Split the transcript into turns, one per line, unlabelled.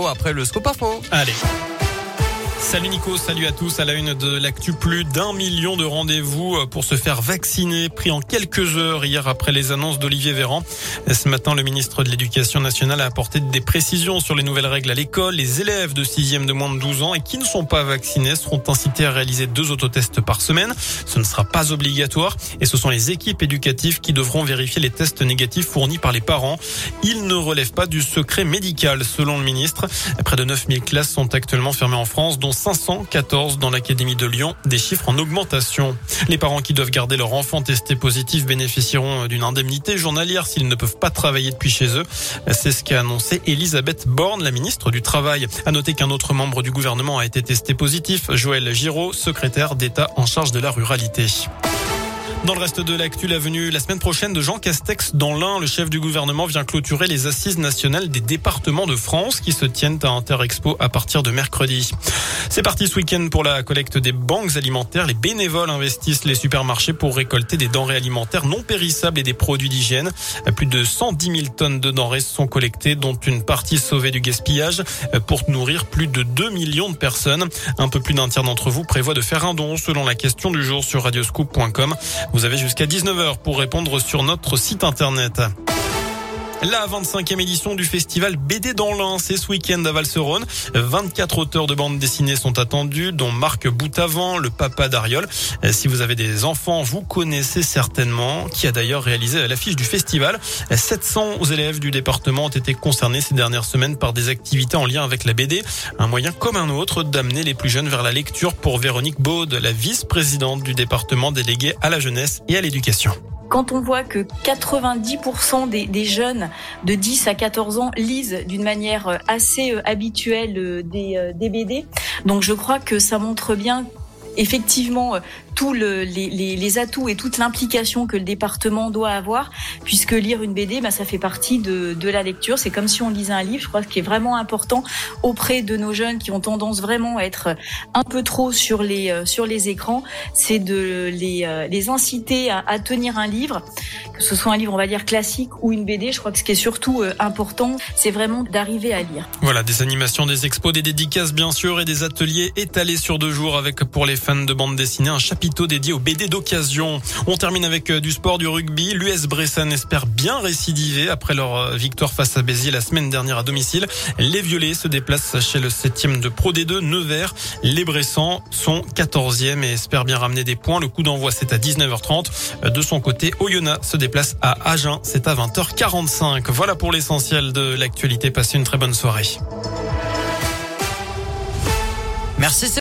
infos après le Scoop Info.
Allez. Salut Nico, salut à tous. À la une de l'actu, plus d'1 million de rendez-vous pour se faire vacciner, pris en quelques heures hier après les annonces d'Olivier Véran. Ce matin, le ministre de l'Éducation nationale a apporté des précisions sur les nouvelles règles à l'école. Les élèves de 6e de moins de 12 ans et qui ne sont pas vaccinés seront incités à réaliser 2 autotests par semaine. Ce ne sera pas obligatoire et ce sont les équipes éducatives qui devront vérifier les tests négatifs fournis par les parents. Ils ne relèvent pas du secret médical, selon le ministre. Près de 9000 classes sont actuellement fermées en France, dont 514 dans l'académie de Lyon, des chiffres en augmentation. Les parents qui doivent garder leur enfant testé positif bénéficieront d'une indemnité journalière s'ils ne peuvent pas travailler depuis chez eux. C'est ce qu'a annoncé Elisabeth Borne, la ministre du Travail. À noter qu'un autre membre du gouvernement a été testé positif, Joël Giraud, secrétaire d'État en charge de la ruralité. Dans le reste de l'actu, la venue la semaine prochaine de Jean Castex dans l'Ain. Le chef du gouvernement vient clôturer les assises nationales des départements de France qui se tiennent à Interexpo à partir de mercredi. C'est parti ce week-end pour la collecte des banques alimentaires. Les bénévoles investissent les supermarchés pour récolter des denrées alimentaires non périssables et des produits d'hygiène. Plus de 110 000 tonnes de denrées sont collectées, dont une partie sauvée du gaspillage pour nourrir plus de 2 millions de personnes. Un peu plus d'un tiers d'entre vous prévoit de faire un don selon la question du jour sur radioscoop.com. Vous avez jusqu'à 19h pour répondre sur notre site internet. La 25e édition du festival BD dans l'Ain, c'est ce week-end à Val-Serone. 24 auteurs de bandes dessinées sont attendus, dont Marc Boutavant, le papa d'Ariol. Si vous avez des enfants, vous connaissez certainement, qui a d'ailleurs réalisé l'affiche du festival. 700 élèves du département ont été concernés ces dernières semaines par des activités en lien avec la BD. Un moyen comme un autre d'amener les plus jeunes vers la lecture pour Véronique Baude, la vice-présidente du département déléguée à la jeunesse et à l'éducation.
Quand on voit que 90% des jeunes de 10 à 14 ans lisent d'une manière assez habituelle des BD, donc je crois que ça montre bien effectivement tous les atouts et toute l'implication que le département doit avoir, puisque lire une BD, ça fait partie de la lecture. C'est comme si on lisait un livre. Je crois que ce qui est vraiment important auprès de nos jeunes qui ont tendance vraiment à être un peu trop sur les écrans, c'est de les inciter à tenir un livre, que ce soit un livre, on va dire, classique ou une BD. Je crois que ce qui est surtout important, c'est vraiment d'arriver à lire.
Voilà, des animations, des expos, des dédicaces bien sûr et des ateliers étalés sur 2 jours avec, pour les fans de bande dessinée, un chapiteau dédié aux BD d'occasion. On termine avec du sport, du rugby. L'US Bressan espère bien récidiver après leur victoire face à Béziers la semaine dernière à domicile. Les Violets se déplacent chez le 7e de Pro D2, Nevers. Les Bressans sont 14e et espèrent bien ramener des points. Le coup d'envoi, c'est à 19h30. De son côté, Oyonnax se déplace à Agen. C'est à 20h45. Voilà pour l'essentiel de l'actualité. Passez une très bonne soirée.
Merci.